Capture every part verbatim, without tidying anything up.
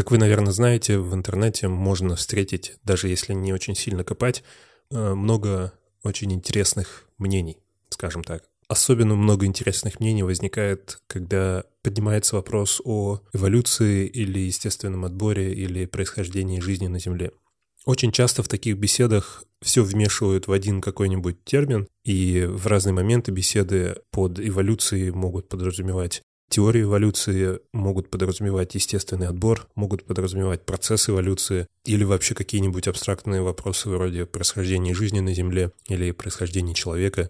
Как вы, наверное, знаете, в интернете можно встретить, даже если не очень сильно копать, много очень интересных мнений, скажем так. Особенно много интересных мнений возникает, когда поднимается вопрос о эволюции или естественном отборе или происхождении жизни на Земле. Очень часто в таких беседах все вмешивают в один какой-нибудь термин, и в разные моменты беседы под эволюцией могут подразумевать теорию эволюции, могут подразумевать естественный отбор, могут подразумевать процесс эволюции или вообще какие-нибудь абстрактные вопросы вроде происхождения жизни на Земле или происхождения человека.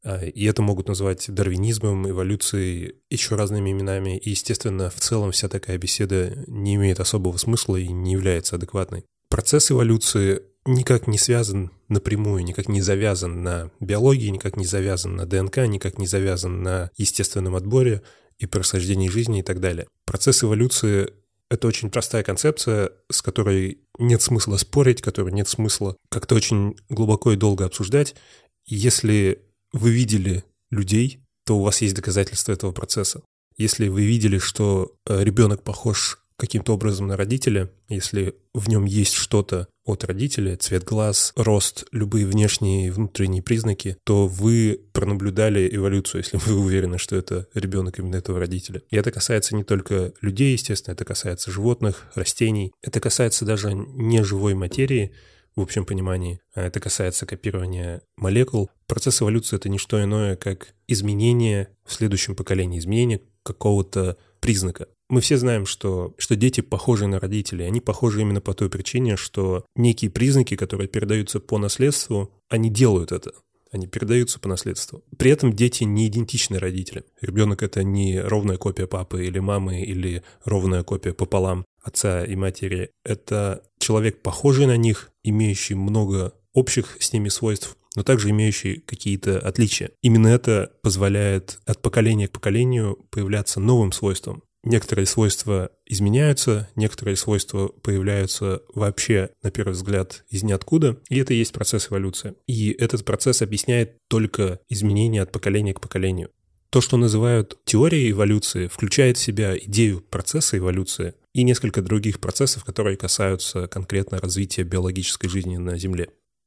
И это могут назвать дарвинизмом, эволюцией, еще разными именами. И, естественно, в целом вся такая беседа не имеет особого смысла и не является адекватной. Процесс эволюции никак не связан напрямую, никак не завязан на биологии, никак не завязан на ДНК, никак не завязан на естественном отборе и происхождении жизни и так далее. Процесс эволюции — это очень простая концепция, с которой нет смысла спорить, которой нет смысла как-то очень глубоко и долго обсуждать. Если вы видели людей, то у вас есть доказательства этого процесса. Если вы видели, что ребенок похож каким-то образом на родителя, если в нем есть что-то от родителя, цвет глаз, рост, любые внешние и внутренние признаки, то вы пронаблюдали эволюцию, если вы уверены, что это ребенок именно этого родителя. И это касается не только людей, естественно, это касается животных, растений, это касается даже неживой материи, в общем понимании. Это касается копирования молекул. Процесс эволюции — это не что иное, как изменение в следующем поколении, изменение какого-то признака. Мы все знаем, что, что дети похожи на родителей. Они похожи именно по той причине, что некие признаки, которые передаются по наследству, они делают это. Они передаются по наследству. При этом дети не идентичны родителям. Ребенок — это не ровная копия папы или мамы, или ровная копия пополам отца и матери. Это человек, похожий на них, имеющий много общих с ними свойств, но также имеющий какие-то отличия. Именно это позволяет от поколения к поколению появляться новым свойствам. Некоторые свойства изменяются, некоторые свойства появляются вообще, на первый взгляд, из ниоткуда, и это и есть процесс эволюции. И этот процесс объясняет только изменения от поколения к поколению. То, что называют теорией эволюции, включает в себя идею процесса эволюции и несколько других процессов, которые касаются конкретно развития биологической жизни на Земле.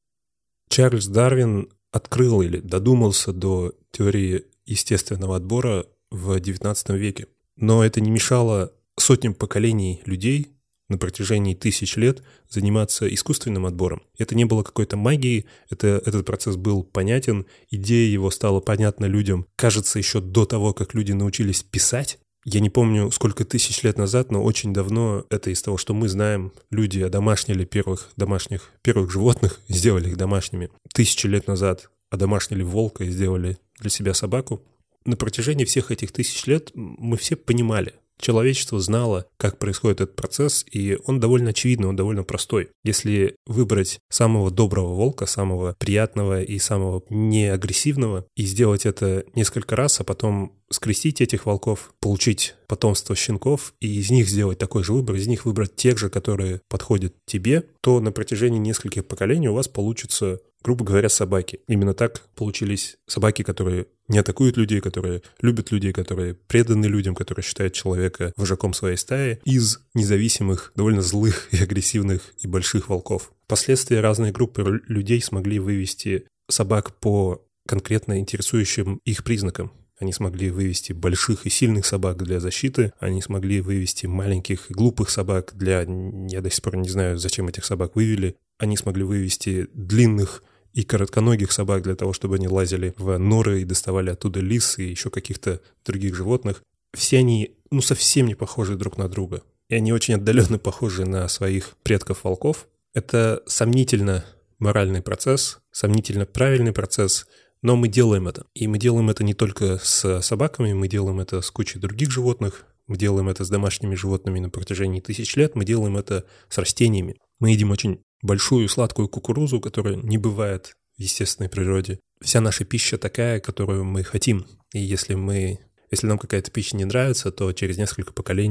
Чарльз Дарвин открыл или додумался до теории естественного отбора в девятнадцатом веке. Но это не мешало сотням поколений людей на протяжении тысяч лет заниматься искусственным отбором. Это не было какой-то магией, это, этот процесс был понятен, идея его стала понятна людям, кажется, еще до того, как люди научились писать. Я не помню, сколько тысяч лет назад, но очень давно, это из того, что мы знаем, люди одомашнили первых домашних, первых животных, сделали их домашними. Тысячи лет назад одомашнили волка и сделали для себя собаку. На протяжении всех этих тысяч лет мы все понимали, человечество знало, как происходит этот процесс, и он довольно очевидный, он довольно простой. Если выбрать самого доброго волка, самого приятного и самого неагрессивного, и сделать это несколько раз, а потом скрестить этих волков, получить потомство щенков, и из них сделать такой же выбор, из них выбрать тех же, которые подходят тебе, то на протяжении нескольких поколений у вас получится, грубо говоря, собаки. Именно так получились собаки, которые не атакуют людей, которые любят людей, которые преданы людям, которые считают человека вожаком своей стаи, из независимых, довольно злых и агрессивных и больших волков. Впоследствии разные группы людей смогли вывести собак по конкретно интересующим их признакам. Они смогли вывести больших и сильных собак для защиты, они смогли вывести маленьких и глупых собак для... Я до сих пор не знаю, зачем этих собак вывели. Они смогли вывести длинных и коротконогих собак для того, чтобы они лазили в норы и доставали оттуда лис и еще каких-то других животных. Все они, ну, совсем не похожи друг на друга. И они очень отдаленно похожи на своих предков-волков. Это сомнительно моральный процесс, сомнительно правильный процесс, но мы делаем это. И мы делаем это не только с собаками, мы делаем это с кучей других животных, мы делаем это с домашними животными на протяжении тысяч лет, мы делаем это с растениями. Мы едим очень большую сладкую кукурузу, которая не бывает в естественной природе. Вся наша пища такая, которую мы хотим. И если мы, если нам какая-то пища не нравится, то через несколько поколений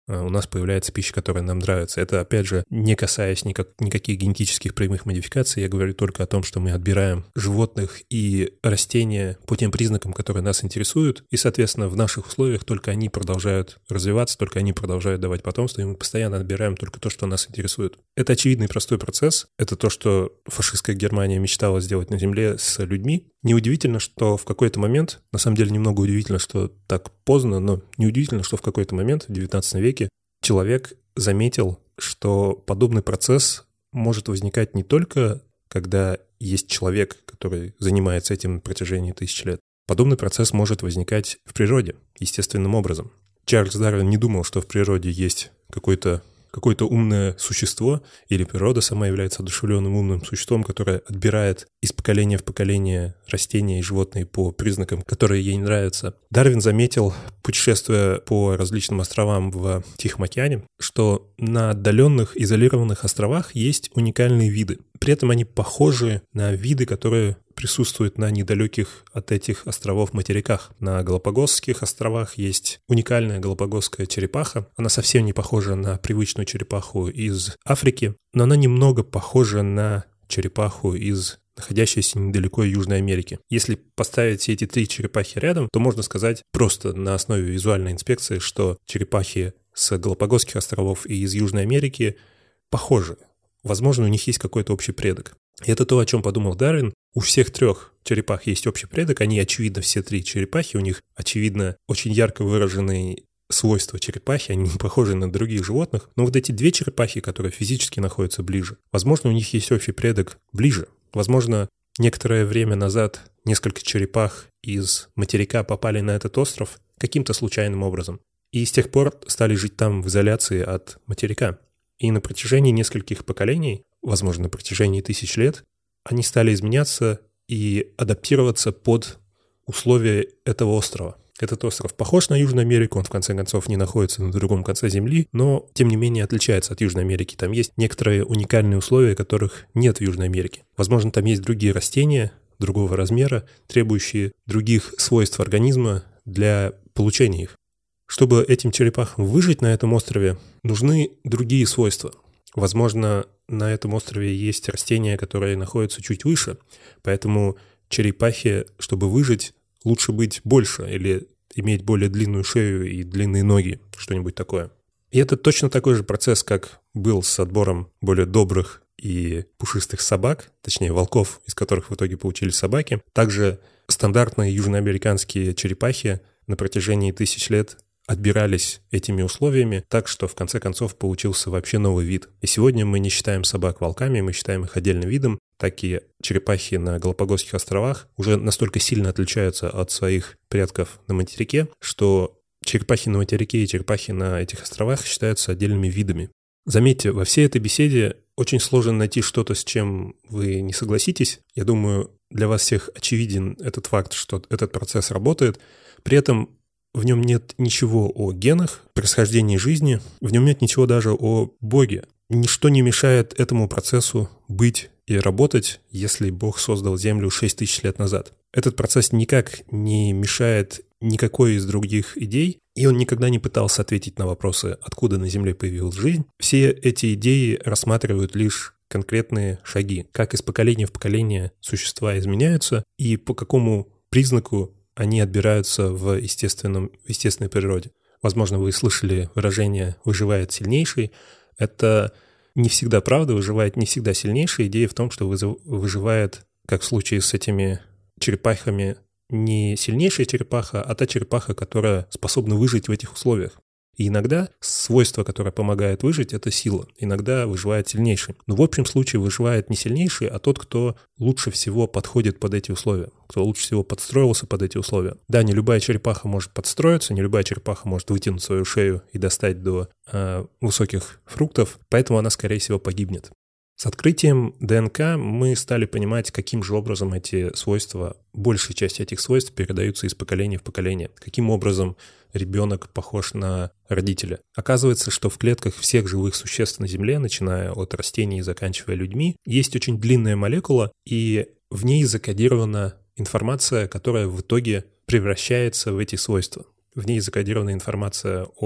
у нас появляется пища, которая нам нравится. Это, опять же, не касаясь никак, никаких генетических прямых модификаций, я говорю только о том, что мы отбираем животных и растения по тем признакам, которые нас интересуют, и, соответственно, в наших условиях только они продолжают развиваться, только они продолжают давать потомство, и мы постоянно отбираем только то, что нас интересует. Это очевидный простой процесс. Это то, что фашистская Германия мечтала сделать на Земле с людьми. Неудивительно, что в какой-то момент, на самом деле немного удивительно, что так поздно, но неудивительно, что в какой-то момент в девятнадцатом веке человек заметил, что подобный процесс может возникать не только, когда есть человек, который занимается этим на протяжении тысяч лет. Подобный процесс может возникать в природе, естественным образом. Чарльз Дарвин не думал, что в природе есть какой-то какое-то умное существо, или природа сама является одушевленным умным существом, которое отбирает из поколения в поколение растения и животные по признакам, которые ей нравятся. Дарвин заметил, путешествуя по различным островам в Тихом океане, что на отдаленных, изолированных островах есть уникальные виды. При этом они похожи на виды, которые присутствуют на недалеких от этих островов материках. На Галапагосских островах есть уникальная галапагосская черепаха. Она совсем не похожа на привычную черепаху из Африки, но она немного похожа на черепаху из находящейся недалеко Южной Америки. Если поставить все эти три черепахи рядом, то можно сказать просто на основе визуальной инспекции, что черепахи с Галапагосских островов и из Южной Америки похожи. Возможно, у них есть какой-то общий предок. И это то, о чем подумал Дарвин. У всех трех черепах есть общий предок. Они, очевидно, все три черепахи. У них, очевидно, очень ярко выраженные свойства черепахи. Они не похожи на других животных. Но вот эти две черепахи, которые физически находятся ближе, возможно, у них есть общий предок ближе. Возможно, некоторое время назад несколько черепах из материка попали на этот остров каким-то случайным образом. И с тех пор стали жить там в изоляции от материка. И на протяжении нескольких поколений, возможно, на протяжении тысяч лет, они стали изменяться и адаптироваться под условия этого острова. Этот остров похож на Южную Америку, он в конце концов не находится на другом конце Земли, но тем не менее отличается от Южной Америки. Там есть некоторые уникальные условия, которых нет в Южной Америке. Возможно, там есть другие растения другого размера, требующие других свойств организма для получения их. Чтобы этим черепахам выжить на этом острове, нужны другие свойства. Возможно, на этом острове есть растения, которые находятся чуть выше, поэтому черепахе, чтобы выжить, лучше быть больше или иметь более длинную шею и длинные ноги, что-нибудь такое. И это точно такой же процесс, как был с отбором более добрых и пушистых собак, точнее волков, из которых в итоге получились собаки. Также стандартные южноамериканские черепахи на протяжении тысяч лет отбирались этими условиями так, что в конце концов получился вообще новый вид. И сегодня мы не считаем собак волками, мы считаем их отдельным видом. Такие черепахи на Галапагосских островах уже настолько сильно отличаются от своих предков на материке, что черепахи на материке и черепахи на этих островах считаются отдельными видами. Заметьте, во всей этой беседе очень сложно найти что-то, с чем вы не согласитесь. Я думаю, для вас всех очевиден этот факт, что этот процесс работает. При этом в нем нет ничего о генах, происхождении жизни, в нем нет ничего даже о Боге. Ничто не мешает этому процессу быть и работать, если Бог создал Землю шесть тысяч лет назад. Этот процесс никак не мешает никакой из других идей, и он никогда не пытался ответить на вопросы, откуда на Земле появилась жизнь. Все эти идеи рассматривают лишь конкретные шаги, как из поколения в поколение существа изменяются и по какому признаку они отбираются в, естественном, в естественной природе. Возможно, вы слышали выражение «выживает сильнейший». Это не всегда правда, выживает не всегда сильнейший. Идея в том, что выживает, как в случае с этими черепахами, не сильнейшая черепаха, а та черепаха, которая способна выжить в этих условиях. И иногда свойство, которое помогает выжить, это сила. Иногда выживает сильнейший. Но в общем случае выживает не сильнейший, а тот, кто лучше всего подходит под эти условия, кто лучше всего подстроился под эти условия. Да, не любая черепаха может подстроиться, не любая черепаха может вытянуть свою шею и достать до э, высоких фруктов, поэтому она, скорее всего, погибнет. С открытием ДНК мы стали понимать, каким же образом эти свойства, большая часть этих свойств передаются из поколения в поколение. Каким образом ребенок похож на родителя. Оказывается, что в клетках всех живых существ на Земле, начиная от растений и заканчивая людьми, есть очень длинная молекула, и в ней закодирована информация, которая в итоге превращается в эти свойства. В ней закодирована информация о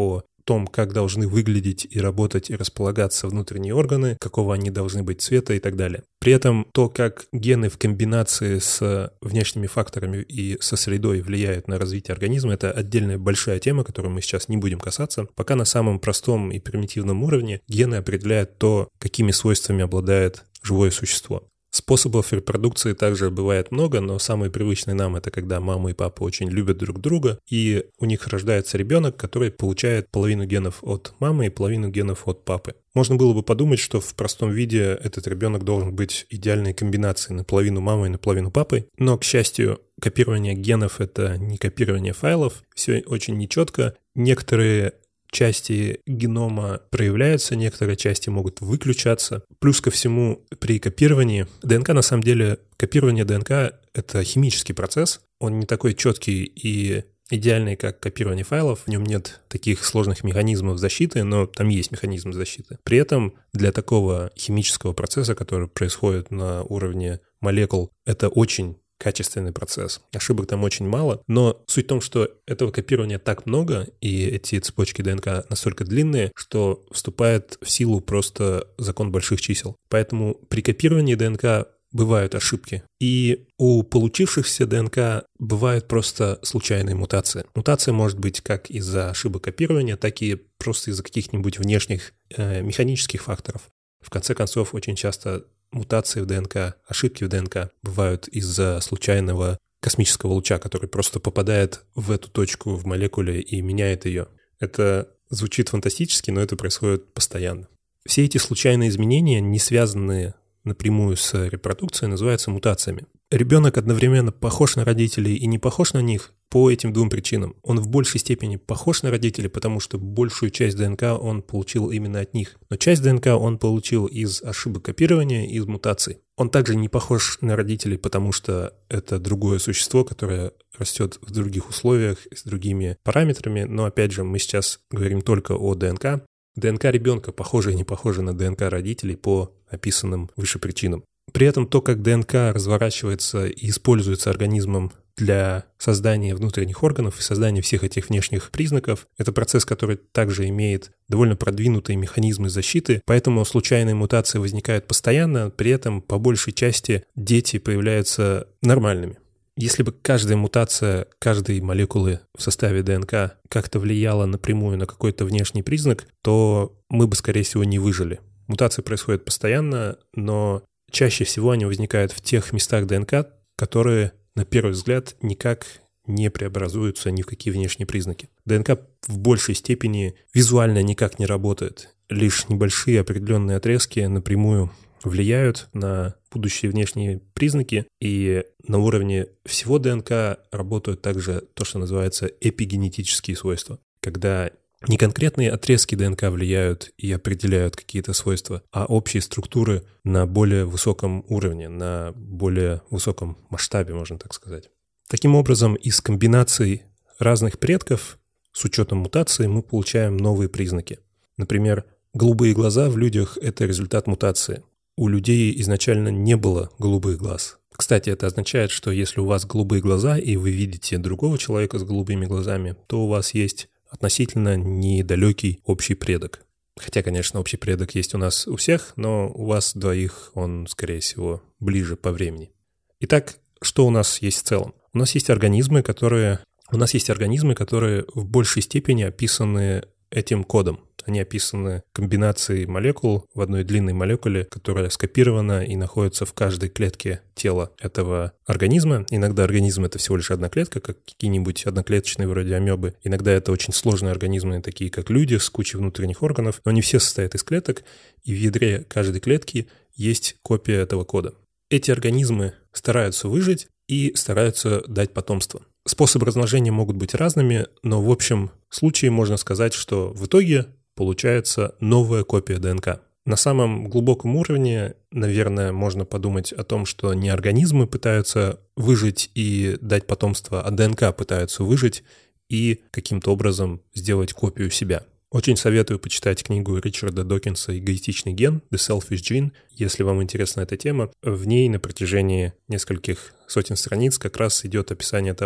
том, как должны выглядеть и работать и располагаться внутренние органы, какого они должны быть цвета и так далее. При этом то, как гены в комбинации с внешними факторами и со средой влияют на развитие организма, это отдельная большая тема, которую мы сейчас не будем касаться. Пока на самом простом и примитивном уровне гены определяют то, какими свойствами обладает живое существо. Способов репродукции также бывает много, но самый привычный нам — это когда мама и папа очень любят друг друга, и у них рождается ребенок, который получает половину генов от мамы и половину генов от папы. Можно было бы подумать, что в простом виде этот ребенок должен быть идеальной комбинацией наполовину мамы и наполовину папы, но, к счастью, копирование генов — это не копирование файлов, все очень нечетко. Некоторые части генома проявляются, некоторые части могут выключаться. Плюс ко всему, при копировании ДНК, на самом деле, копирование ДНК — это химический процесс. Он не такой четкий и идеальный, как копирование файлов. В нем нет таких сложных механизмов защиты, но там есть механизм защиты. При этом для такого химического процесса, который происходит на уровне молекул, это очень качественный процесс. Ошибок там очень мало, но суть в том, что этого копирования так много, и эти цепочки ДНК настолько длинные, что вступает в силу просто закон больших чисел. Поэтому при копировании ДНК бывают ошибки. И у получившихся ДНК бывают просто случайные мутации. Мутация может быть как из-за ошибок копирования, так и просто из-за каких-нибудь внешних э, механических факторов. В конце концов, очень часто мутации в ДНК, ошибки в ДНК бывают из-за случайного космического луча, который просто попадает в эту точку в молекуле и меняет ее. Это звучит фантастически, но это происходит постоянно. Все эти случайные изменения, не связанные напрямую с репродукцией, называются мутациями. Ребенок одновременно похож на родителей и не похож на них по этим двум причинам. Он в большей степени похож на родителей, потому что большую часть ДНК он получил именно от них. Но часть ДНК он получил из ошибок копирования, из мутаций. Он также не похож на родителей, потому что это другое существо, которое растет в других условиях, с другими параметрами. Но опять же, мы сейчас говорим только о ДНК. ДНК ребенка похожа и не похожа на ДНК родителей по описанным выше причинам. При этом то, как ДНК разворачивается и используется организмом для создания внутренних органов и создания всех этих внешних признаков, это процесс, который также имеет довольно продвинутые механизмы защиты, поэтому случайные мутации возникают постоянно, при этом по большей части дети появляются нормальными. Если бы каждая мутация каждой молекулы в составе ДНК как-то влияла напрямую на какой-то внешний признак, то мы бы, скорее всего, не выжили. Мутации происходят постоянно, но чаще всего они возникают в тех местах ДНК, которые, на первый взгляд, никак не преобразуются ни в какие внешние признаки. ДНК в большей степени визуально никак не работает. Лишь небольшие определенные отрезки напрямую влияют на будущие внешние признаки, и на уровне всего ДНК работают также то, что называется эпигенетические свойства, когда не конкретные отрезки ДНК влияют и определяют какие-то свойства, а общие структуры на более высоком уровне, на более высоком масштабе, можно так сказать. Таким образом, из комбинаций разных предков с учетом мутаций мы получаем новые признаки. Например, голубые глаза в людях – это результат мутации. У людей изначально не было голубых глаз. Кстати, это означает, что если у вас голубые глаза, и вы видите другого человека с голубыми глазами, то у вас есть относительно недалекий общий предок. Хотя, конечно, общий предок есть у нас у всех, но у вас двоих он, скорее всего, ближе по времени. Итак, что у нас есть в целом? У нас есть организмы, которые, у нас есть организмы, которые в большей степени описаны этим кодом. Они описаны комбинацией молекул в одной длинной молекуле, которая скопирована и находится в каждой клетке тела этого организма. Иногда организм — это всего лишь одна клетка, как какие-нибудь одноклеточные вроде амебы. Иногда это очень сложные организмы, такие как люди, с кучей внутренних органов. Но они все состоят из клеток, и в ядре каждой клетки есть копия этого кода. Эти организмы стараются выжить и стараются дать потомство. Способы размножения могут быть разными, но в общем случае можно сказать, что в итоге получается новая копия ДНК. На самом глубоком уровне, наверное, можно подумать о том, что не организмы пытаются выжить и дать потомство, а ДНК пытаются выжить и каким-то образом сделать копию себя. Очень советую почитать книгу Ричарда Докинса «Эгоистичный ген» The Selfish Gene, если вам интересна эта тема. В ней на протяжении нескольких сотен страниц как раз идет описание того,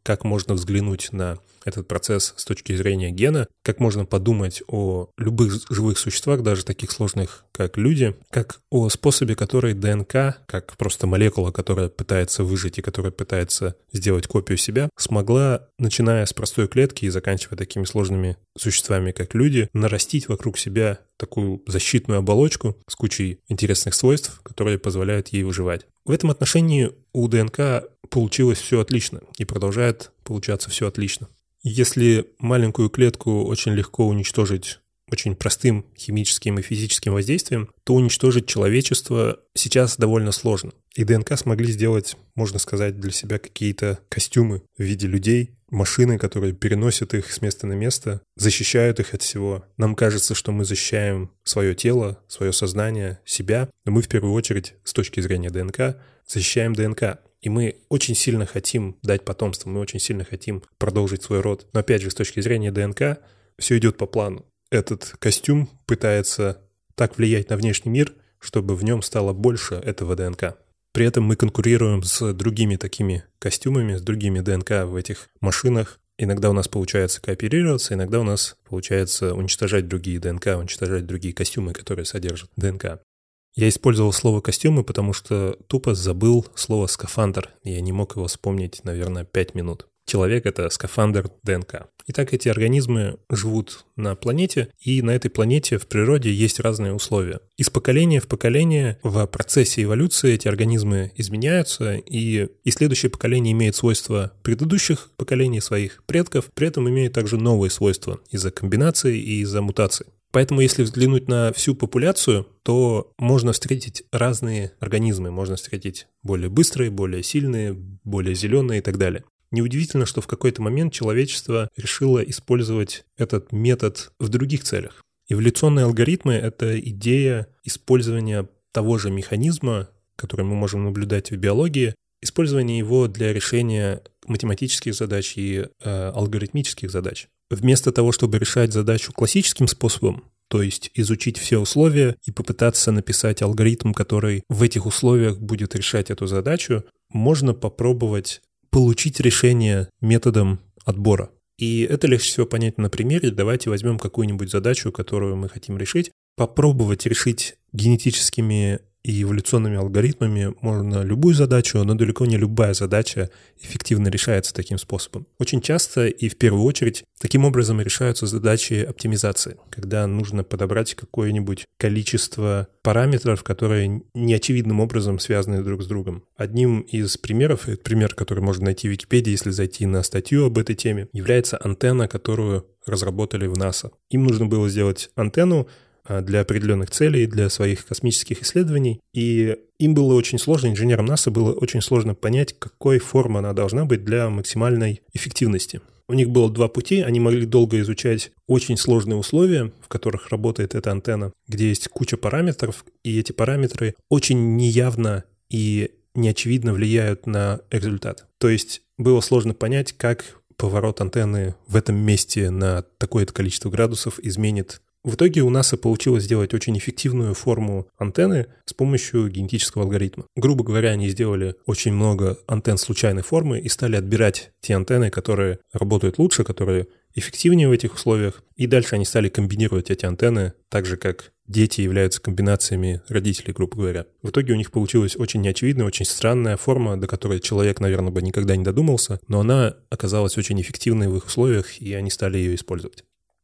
как можно взглянуть на этот процесс с точки зрения гена, как можно подумать о любых живых существах, даже таких сложных, как люди, как о способе, который ДНК, как просто молекула, которая пытается выжить и которая пытается сделать копию себя, смогла, начиная с простой клетки и заканчивая такими сложными существами, как люди, нарастить вокруг себя такую защитную оболочку с кучей интересных свойств, которые позволяют ей выживать. В этом отношении у ДНК получилось все отлично и продолжает получаться все отлично. Если маленькую клетку очень легко уничтожить очень простым химическим и физическим воздействием, то уничтожить человечество сейчас довольно сложно. И ДНК смогли сделать, можно сказать, для себя какие-то костюмы в виде людей, машины, которые переносят их с места на место, защищают их от всего. Нам кажется, что мы защищаем свое тело, свое сознание, себя, но мы в первую очередь, с точки зрения ДНК, защищаем ДНК. И мы очень сильно хотим дать потомство, мы очень сильно хотим продолжить свой род. Но опять же, с точки зрения ДНК, все идет по плану. Этот костюм пытается так влиять на внешний мир, чтобы в нем стало больше этого ДНК. При этом мы конкурируем с другими такими костюмами, с другими ДНК в этих машинах. Иногда у нас получается кооперироваться, иногда у нас получается уничтожать другие ДНК, уничтожать другие костюмы, которые содержат ДНК. Я использовал слово «костюмы», потому что тупо забыл слово «скафандр». Я не мог его вспомнить, наверное, пять минут. Человек — это скафандр ДНК. Итак, эти организмы живут на планете, и на этой планете в природе есть разные условия. Из поколения в поколение в процессе эволюции эти организмы изменяются, и, и следующее поколение имеет свойства предыдущих поколений своих предков, при этом имеет также новые свойства из-за комбинаций и из-за мутаций. Поэтому, если взглянуть на всю популяцию, то можно встретить разные организмы. Можно встретить более быстрые, более сильные, более зеленые и так далее. Неудивительно, что в какой-то момент человечество решило использовать этот метод в других целях. Эволюционные алгоритмы — это идея использования того же механизма, который мы можем наблюдать в биологии, использование его для решения математических задач и э, алгоритмических задач. Вместо того, чтобы решать задачу классическим способом, то есть изучить все условия и попытаться написать алгоритм, который в этих условиях будет решать эту задачу, можно попробовать получить решение методом отбора. И это легче всего понять на примере. Давайте возьмем какую-нибудь задачу, которую мы хотим решить. Попробовать решить генетическими и эволюционными алгоритмами можно любую задачу, но далеко не любая задача эффективно решается таким способом. Очень часто и в первую очередь таким образом решаются задачи оптимизации, когда нужно подобрать какое-нибудь количество параметров, которые неочевидным образом связаны друг с другом. Одним из примеров, пример, который можно найти в Википедии, если зайти на статью об этой теме, является антенна, которую разработали в НАСА. Им нужно было сделать антенну для определенных целей, для своих космических исследований. И им было очень сложно, инженерам НАСА было очень сложно понять, какой формы она должна быть для максимальной эффективности. У них было два пути. Они могли долго изучать очень сложные условия, в которых работает эта антенна, где есть куча параметров, и эти параметры очень неявно и неочевидно влияют на результат. То есть было сложно понять, как поворот антенны в этом месте на такое-то количество градусов изменит. В итоге у НАСА получилось сделать очень эффективную форму антенны с помощью генетического алгоритма. Грубо говоря, они сделали очень много антенн случайной формы и стали отбирать те антенны, которые работают лучше, которые эффективнее в этих условиях. И дальше они стали комбинировать эти антенны так же, как дети являются комбинациями родителей, грубо говоря. В итоге у них получилась очень неочевидная, очень странная форма, до которой человек, наверное, бы никогда не додумался, но она оказалась очень эффективной в их условиях, и они стали ее использовать.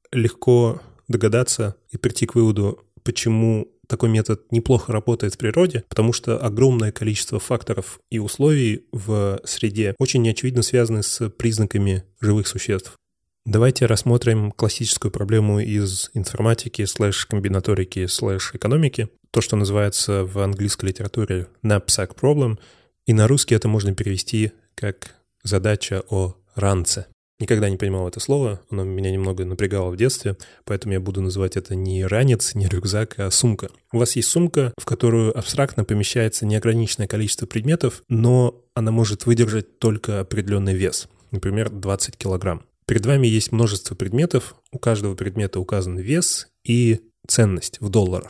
Легко догадаться и прийти к выводу, почему такой метод неплохо работает в природе, потому что огромное количество факторов и условий в среде очень неочевидно связаны с признаками живых существ. Давайте рассмотрим классическую проблему из информатики, слэш-комбинаторики, слэш-экономики, то, что называется в английской литературе knapsack problem, и на русский это можно перевести как задача о ранце. Никогда не понимал это слово, оно меня немного напрягало в детстве, поэтому я буду называть это не ранец, не рюкзак, а сумка. У вас есть сумка, в которую абстрактно помещается неограниченное количество предметов, но она может выдержать только определенный вес, например, двадцать килограмм. Перед вами есть множество предметов, у каждого предмета указан вес и ценность в долларах.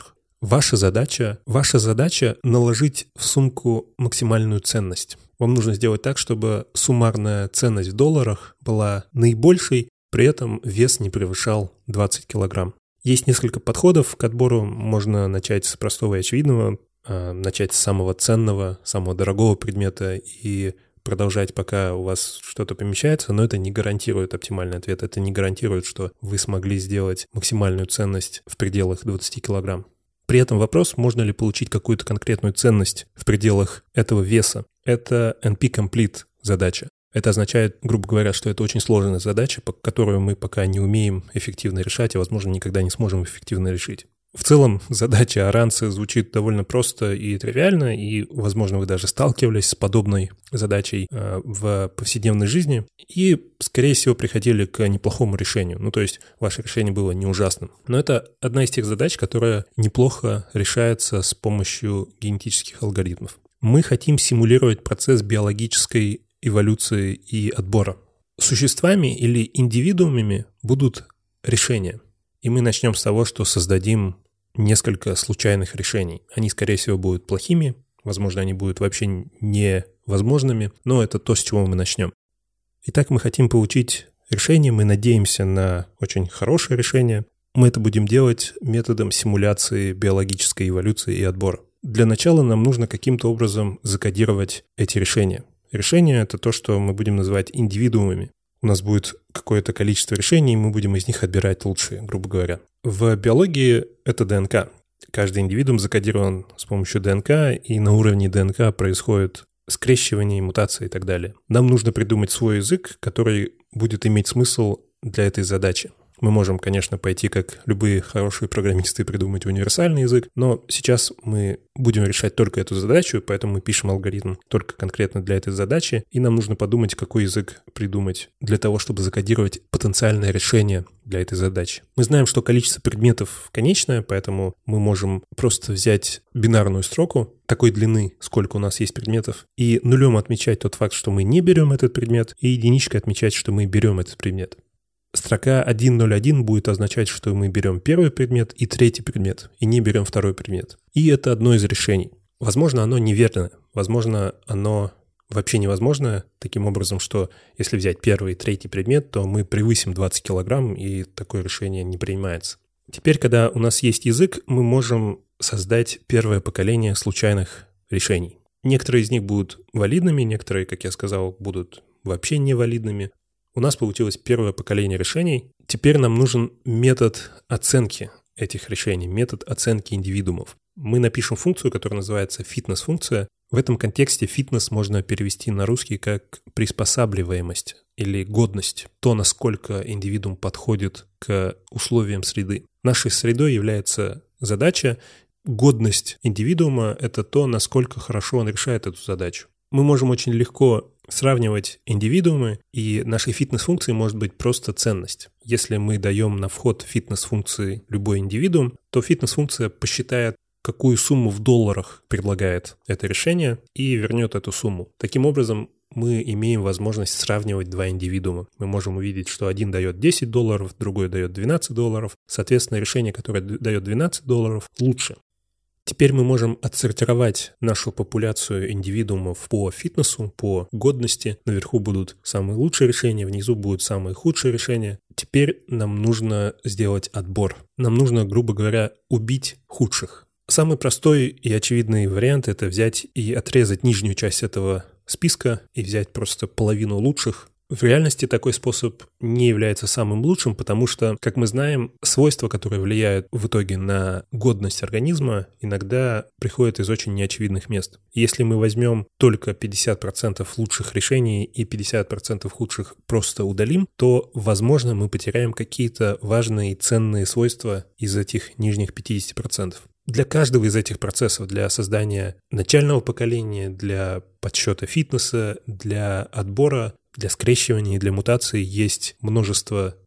Ваша задача, ваша задача наложить в сумку максимальную ценность. Вам нужно сделать так, чтобы суммарная ценность в долларах была наибольшей, при этом вес не превышал двадцать килограмм. Есть несколько подходов к отбору. Можно начать с простого и очевидного, начать с самого ценного, самого дорогого предмета и продолжать, пока у вас что-то помещается, но это не гарантирует оптимальный ответ. Это не гарантирует, что вы смогли сделать максимальную ценность в пределах двадцати килограмм. При этом вопрос, можно ли получить какую-то конкретную ценность в пределах этого веса. Это эн пи-Complete задача. Это означает, грубо говоря, что это очень сложная задача, которую мы пока не умеем эффективно решать и, возможно, никогда не сможем эффективно решить. В целом, задача Аранцы звучит довольно просто и тривиально, и, возможно, вы даже сталкивались с подобной задачей э, в повседневной жизни и, скорее всего, приходили к неплохому решению. Ну, то есть ваше решение было не ужасным. Но это одна из тех задач, которая неплохо решается с помощью генетических алгоритмов. Мы хотим симулировать процесс биологической эволюции и отбора. Существами или индивидуумами будут решения. И мы начнем с того, что создадим несколько случайных решений. Они, скорее всего, будут плохими, возможно, они будут вообще невозможными, но это то, с чего мы начнем. Итак, мы хотим получить решение, мы надеемся на очень хорошее решение. Мы это будем делать методом симуляции биологической эволюции и отбора. Для начала нам нужно каким-то образом закодировать эти решения. Решения — это то, что мы будем называть индивидуумами. У нас будет какое-то количество решений, и мы будем из них отбирать лучшие, грубо говоря. В биологии это ДНК. Каждый индивидуум закодирован с помощью ДНК, и на уровне ДНК происходит скрещивание, мутация и так далее. Нам нужно придумать свой язык, который будет иметь смысл для этой задачи. Мы можем, конечно, пойти, как любые хорошие программисты, придумать универсальный язык, но сейчас мы будем решать только эту задачу, поэтому мы пишем алгоритм только конкретно для этой задачи, и нам нужно подумать, какой язык придумать для того, чтобы закодировать потенциальное решение для этой задачи. Мы знаем, что количество предметов конечное, поэтому мы можем просто взять бинарную строку такой длины, сколько у нас есть предметов, и нулем отмечать тот факт, что мы не берем этот предмет, и единичкой отмечать, что мы берем этот предмет. Строка один ноль один будет означать, что мы берем первый предмет и третий предмет, и не берем второй предмет. И это одно из решений. Возможно, оно неверное, возможно, оно вообще невозможно, таким образом, что если взять первый и третий предмет, то мы превысим двадцать килограмм, и такое решение не принимается. Теперь, когда у нас есть язык, мы можем создать первое поколение случайных решений. Некоторые из них будут валидными, некоторые, как я сказал, будут вообще невалидными. У нас получилось первое поколение решений. Теперь нам нужен метод оценки этих решений, метод оценки индивидуумов. Мы напишем функцию, которая называется фитнес-функция. В этом контексте фитнес можно перевести на русский как приспосабливаемость или годность, то, насколько индивидуум подходит к условиям среды. Нашей средой является задача. Годность индивидуума — это то, насколько хорошо он решает эту задачу. Мы можем очень легко сравнивать индивидуумы, и нашей фитнес-функцией может быть просто ценность. Если мы даем на вход фитнес-функции любой индивидуум, то фитнес-функция посчитает, какую сумму в долларах предлагает это решение, и вернет эту сумму. Таким образом, мы имеем возможность сравнивать два индивидуума. Мы можем увидеть, что один дает десять долларов, другой дает двенадцать долларов. Соответственно, решение, которое дает двенадцать долларов, лучше. Теперь мы можем отсортировать нашу популяцию индивидуумов по фитнесу, по годности. Наверху будут самые лучшие решения, внизу будут самые худшие решения. Теперь нам нужно сделать отбор. Нам нужно, грубо говоря, убить худших. Самый простой и очевидный вариант — это взять и отрезать нижнюю часть этого списка и взять просто половину лучших. В реальности такой способ не является самым лучшим, потому что, как мы знаем, свойства, которые влияют в итоге на годность организма, иногда приходят из очень неочевидных мест. Если мы возьмем только пятьдесят процентов лучших решений и пятьдесят процентов худших просто удалим, то, возможно, мы потеряем какие-то важные и ценные свойства из этих нижних пятидесяти процентов. Для каждого из этих процессов, для создания начального поколения, для подсчета фитнеса, для отбора, для скрещивания и для мутации есть множество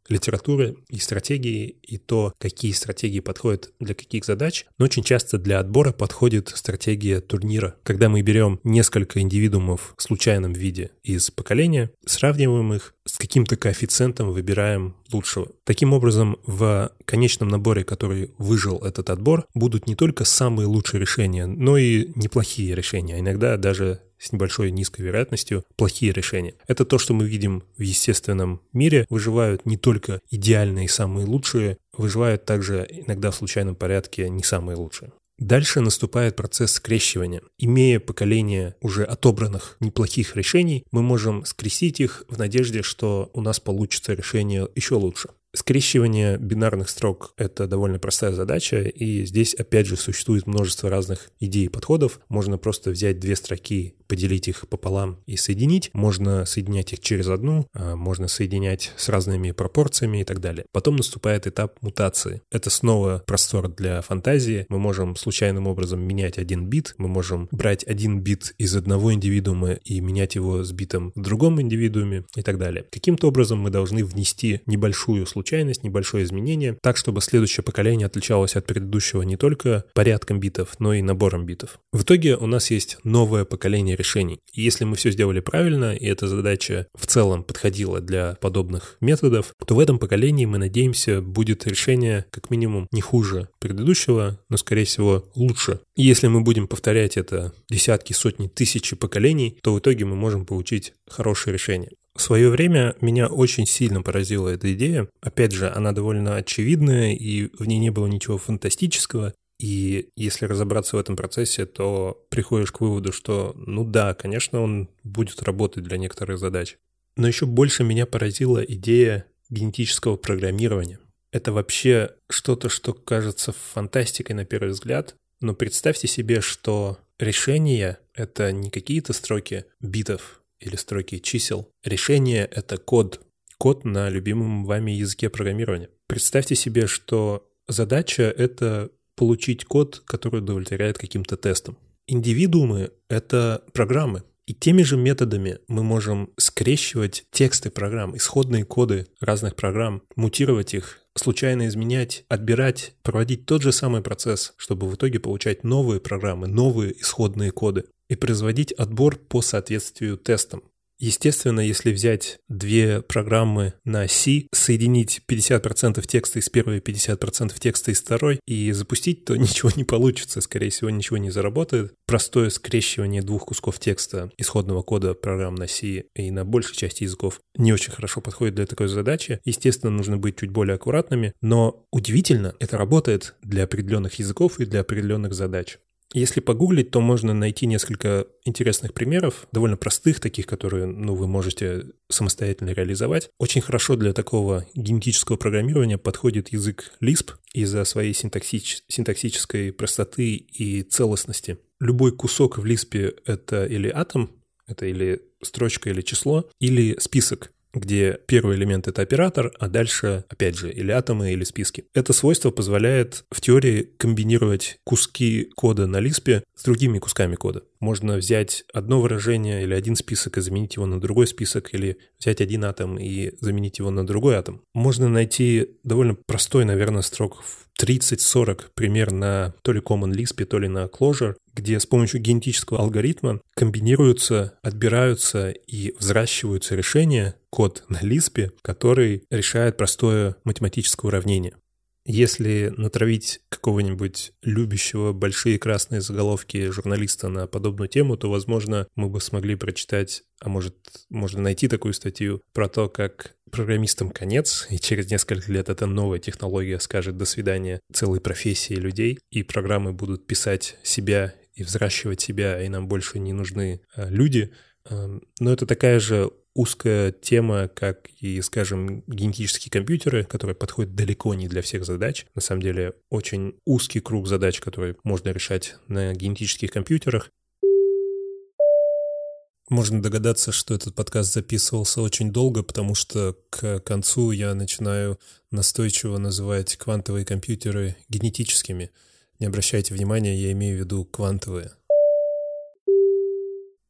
литературы и стратегии, и то, какие стратегии подходят для каких задач. Но очень часто для отбора подходит стратегия турнира, когда мы берем несколько индивидуумов в случайном виде из поколения, сравниваем их, с каким-то коэффициентом выбираем лучшего. Таким образом, в конечном наборе, который выжил этот отбор, будут не только самые лучшие решения, но и неплохие решения, иногда даже с небольшой низкой вероятностью плохие решения. Это то, что мы видим в естественном мире. Выживают не только идеальные и самые лучшие, выживают также иногда в случайном порядке не самые лучшие. Дальше наступает процесс скрещивания. Имея поколение уже отобранных неплохих решений, мы можем скрестить их в надежде, что у нас получится решение еще лучше. Скрещивание бинарных строк — это довольно простая задача, и здесь опять же существует множество разных идей и подходов. Можно просто взять две строки, поделить их пополам и соединить. Можно соединять их через одну, можно соединять с разными пропорциями и так далее. Потом наступает этап мутации. Это снова простор для фантазии. Мы можем случайным образом менять один бит, мы можем брать один бит из одного индивидуума и менять его с битом в другом индивидууме и так далее. Каким-то образом мы должны внести небольшую случайность, небольшое изменение, так, чтобы следующее поколение отличалось от предыдущего не только порядком битов, но и набором битов. В итоге у нас есть новое поколение решений. И если мы все сделали правильно, и эта задача в целом подходила для подобных методов, то в этом поколении, мы надеемся, будет решение как минимум не хуже предыдущего, но, скорее всего, лучше. И если мы будем повторять это десятки, сотни, тысячи поколений, то в итоге мы можем получить хорошее решение. В свое время меня очень сильно поразила эта идея. Опять же, она довольно очевидная, и в ней не было ничего фантастического. И если разобраться в этом процессе, то приходишь к выводу, что, ну да, конечно, он будет работать для некоторых задач. Но еще больше меня поразила идея генетического программирования. Это вообще что-то, что кажется фантастикой на первый взгляд, но представьте себе, что решение — это не какие-то строки битов или строки чисел. Решение — это код. Код на любимом вами языке программирования. Представьте себе, что задача — это получить код, который удовлетворяет каким-то тестам. Индивидуумы — это программы. И теми же методами мы можем скрещивать тексты программ, исходные коды разных программ, мутировать их, случайно изменять, отбирать, проводить тот же самый процесс, чтобы в итоге получать новые программы, новые исходные коды и производить отбор по соответствию тестам. Естественно, если взять две программы на C, соединить пятьдесят процентов текста из первой и пятьдесят процентов текста из второй и запустить, то ничего не получится, скорее всего, ничего не заработает. Простое скрещивание двух кусков текста исходного кода программ на C и на большей части языков не очень хорошо подходит для такой задачи. Естественно, нужно быть чуть более аккуратными, но удивительно, это работает для определенных языков и для определенных задач. Если погуглить, то можно найти несколько интересных примеров, довольно простых, таких, которые ну, вы можете самостоятельно реализовать. Очень хорошо для такого генетического программирования подходит язык Lisp из-за своей синтаксич... синтаксической простоты и целостности. Любой кусок в Lisp — это или атом, это или строчка, или число, или список, где первый элемент — это оператор, а дальше, опять же, или атомы, или списки. Это свойство позволяет в теории комбинировать куски кода на Lisp с другими кусками кода. Можно взять одно выражение или один список и заменить его на другой список, или взять один атом и заменить его на другой атом. Можно найти довольно простой, наверное, строк в тридцать-сорок пример на то ли Common Lisp, то ли на Clojure, где с помощью генетического алгоритма комбинируются, отбираются и взращиваются решения, код на Lisp, который решает простое математическое уравнение. Если натравить какого-нибудь любящего большие красные заголовки журналиста на подобную тему, то, возможно, мы бы смогли прочитать, а может, можно найти такую статью про то, как программистам конец, и через несколько лет эта новая технология скажет «до свидания» целой профессии людей, и программы будут писать себя и взращивать себя, и нам больше не нужны люди. Но это такая же узкая тема, как и, скажем, генетические компьютеры, которые подходят далеко не для всех задач. На самом деле, очень узкий круг задач, которые можно решать на генетических компьютерах. Можно догадаться, что этот подкаст записывался очень долго, потому что к концу я начинаю настойчиво называть квантовые компьютеры генетическими. Не обращайте внимания, я имею в виду квантовые.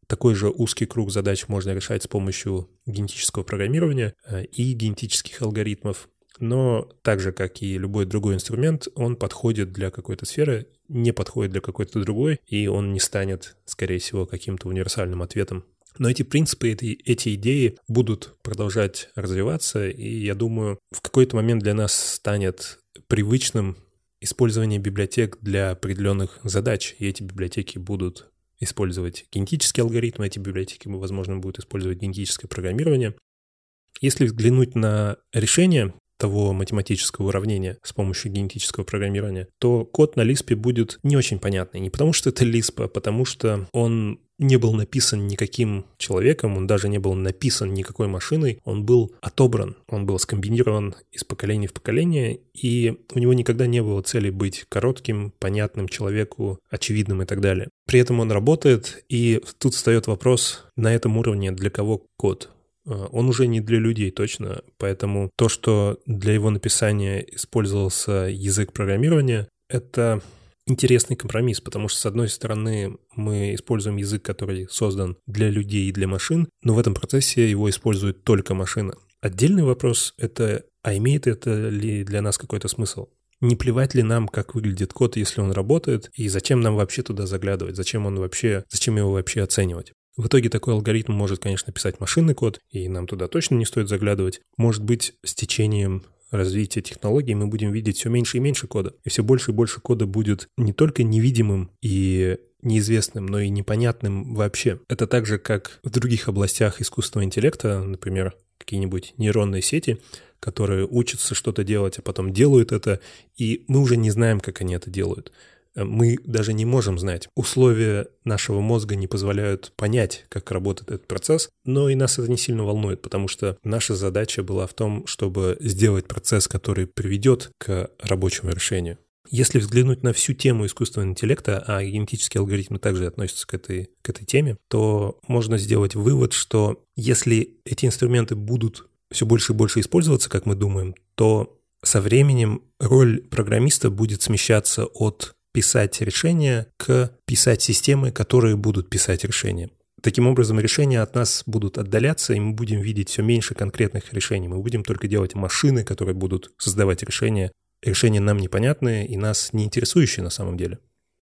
такой же узкий круг задач можно решать с помощью генетического программирования и генетических алгоритмов. Но так же, как и любой другой инструмент, он подходит для какой-то сферы, не подходит для какой-то другой, и он не станет, скорее всего, каким-то универсальным ответом. Но эти принципы, эти, эти идеи будут продолжать развиваться, и я думаю, в какой-то момент для нас станет привычным использование библиотек для определенных задач, и эти библиотеки будут использовать генетические алгоритмы, эти библиотеки, возможно, будут использовать генетическое программирование. Если взглянуть на решение того математического уравнения с помощью генетического программирования, то код на Lisp будет не очень понятный. Не потому что это Lisp, а потому что он не был написан никаким человеком, он даже не был написан никакой машиной, он был отобран, он был скомбинирован из поколения в поколение, и у него никогда не было цели быть коротким, понятным человеку, очевидным и так далее. При этом он работает, и тут встает вопрос на этом уровне, для кого код? Он уже не для людей точно, поэтому то, что для его написания использовался язык программирования, это интересный компромисс, потому что, с одной стороны, мы используем язык, который создан для людей и для машин, но в этом процессе его использует только машина. Отдельный вопрос — это, а имеет это ли для нас какой-то смысл? Не плевать ли нам, как выглядит код, если он работает, и зачем нам вообще туда заглядывать, зачем он вообще, зачем его вообще оценивать? В итоге такой алгоритм может, конечно, писать машинный код, и нам туда точно не стоит заглядывать. Может быть, с течением развития технологий мы будем видеть все меньше и меньше кода. И все больше и больше кода будет не только невидимым и неизвестным, но и непонятным вообще. Это так же, как в других областях искусственного интеллекта, например, какие-нибудь нейронные сети, которые учатся что-то делать, а потом делают это, и мы уже не знаем, как они это делают. Мы даже не можем знать. Условия нашего мозга не позволяют понять, как работает этот процесс, но и нас это не сильно волнует, потому что наша задача была в том, чтобы сделать процесс, который приведет к рабочему решению. Если взглянуть на всю тему искусственного интеллекта, а генетические алгоритмы также относятся к этой, к этой теме, то можно сделать вывод, что если эти инструменты будут все больше и больше использоваться, как мы думаем, то со временем роль программиста будет смещаться от писать решения к писать системы, которые будут писать решения. Таким образом, решения от нас будут отдаляться, и мы будем видеть все меньше конкретных решений. Мы будем только делать машины, которые будут создавать решения. Решения нам непонятные и нас не интересующие на самом деле.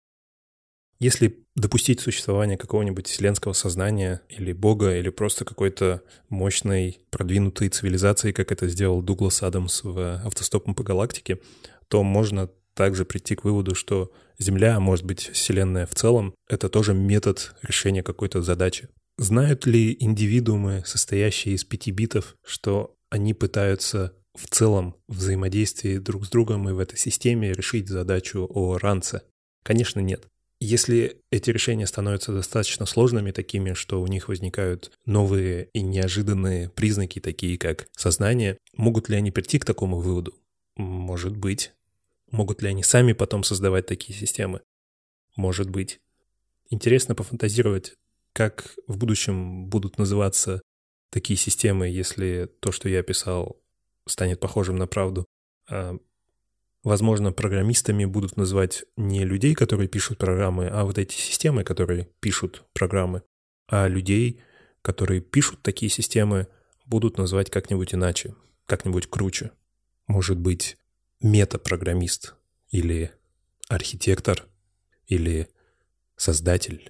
Если допустить существование какого-нибудь вселенского сознания или бога, или просто какой-то мощной, продвинутой цивилизации, как это сделал Дуглас Адамс в «Автостопом по галактике», то можно также прийти к выводу, что Земля, а может быть Вселенная в целом, это тоже метод решения какой-то задачи. Знают ли индивидуумы, состоящие из пяти битов, что они пытаются в целом взаимодействии друг с другом и в этой системе решить задачу о ранце? Конечно, нет. Если эти решения становятся достаточно сложными, такими, что у них возникают новые и неожиданные признаки, такие как сознание, могут ли они прийти к такому выводу? Может быть. Могут ли они сами потом создавать такие системы? Может быть. Интересно пофантазировать, как в будущем будут называться такие системы, если то, что я писал, станет похожим на правду. А, возможно, программистами будут называть не людей, которые пишут программы, а вот эти системы, которые пишут программы. А людей, которые пишут такие системы, будут называть как-нибудь иначе, как-нибудь круче. Может быть, метапрограммист или архитектор или создатель.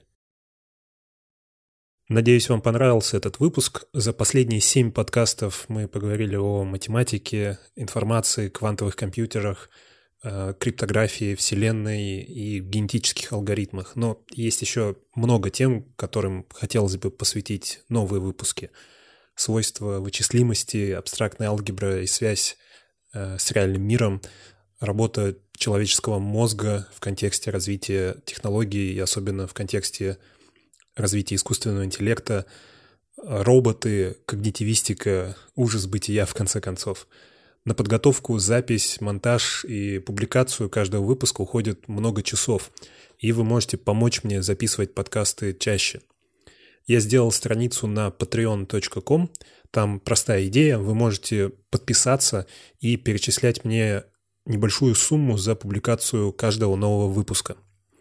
Надеюсь, вам понравился этот выпуск. За последние семь подкастов мы поговорили о математике, информации, квантовых компьютерах, криптографии, вселенной и генетических алгоритмах. Но есть еще много тем, которым хотелось бы посвятить новые выпуски. Свойства вычислимости, абстрактная алгебра и связь с реальным миром, работа человеческого мозга в контексте развития технологий и особенно в контексте развития искусственного интеллекта, роботы, когнитивистика, ужас бытия, в конце концов. На подготовку, запись, монтаж и публикацию каждого выпуска уходит много часов, и вы можете помочь мне записывать подкасты чаще. Я сделал страницу на патреон точка ком. Там простая идея. Вы можете подписаться и перечислять мне небольшую сумму за публикацию каждого нового выпуска.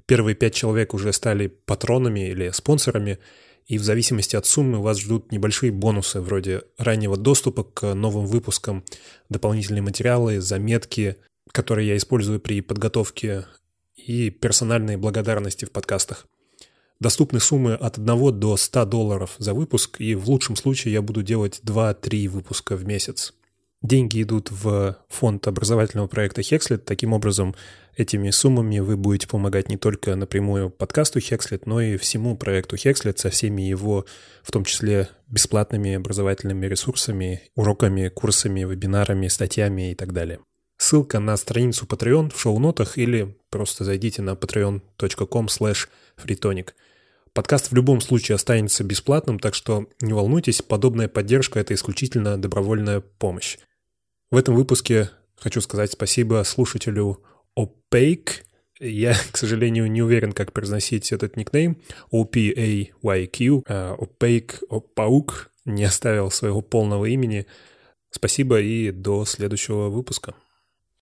Первые пять человек уже стали патронами или спонсорами, и в зависимости от суммы вас ждут небольшие бонусы вроде раннего доступа к новым выпускам, дополнительные материалы, заметки, которые я использую при подготовке, и персональные благодарности в подкастах. Доступны суммы от одного до ста долларов за выпуск, и в лучшем случае я буду делать два-три выпуска в месяц. Деньги идут в фонд образовательного проекта Hexlet. Таким образом, этими суммами вы будете помогать не только напрямую подкасту Hexlet, но и всему проекту Hexlet со всеми его, в том числе, бесплатными образовательными ресурсами, уроками, курсами, вебинарами, статьями и так далее. Ссылка на страницу Patreon в шоу-нотах или просто зайдите на patreon точка com слэш freetonic. Подкаст в любом случае останется бесплатным, так что не волнуйтесь, подобная поддержка – это исключительно добровольная помощь. В этом выпуске хочу сказать спасибо слушателю Opaque. Я, к сожалению, не уверен, как произносить этот никнейм. о пи эй уай кью. Opaque, Опаук не оставил своего полного имени. Спасибо и до следующего выпуска.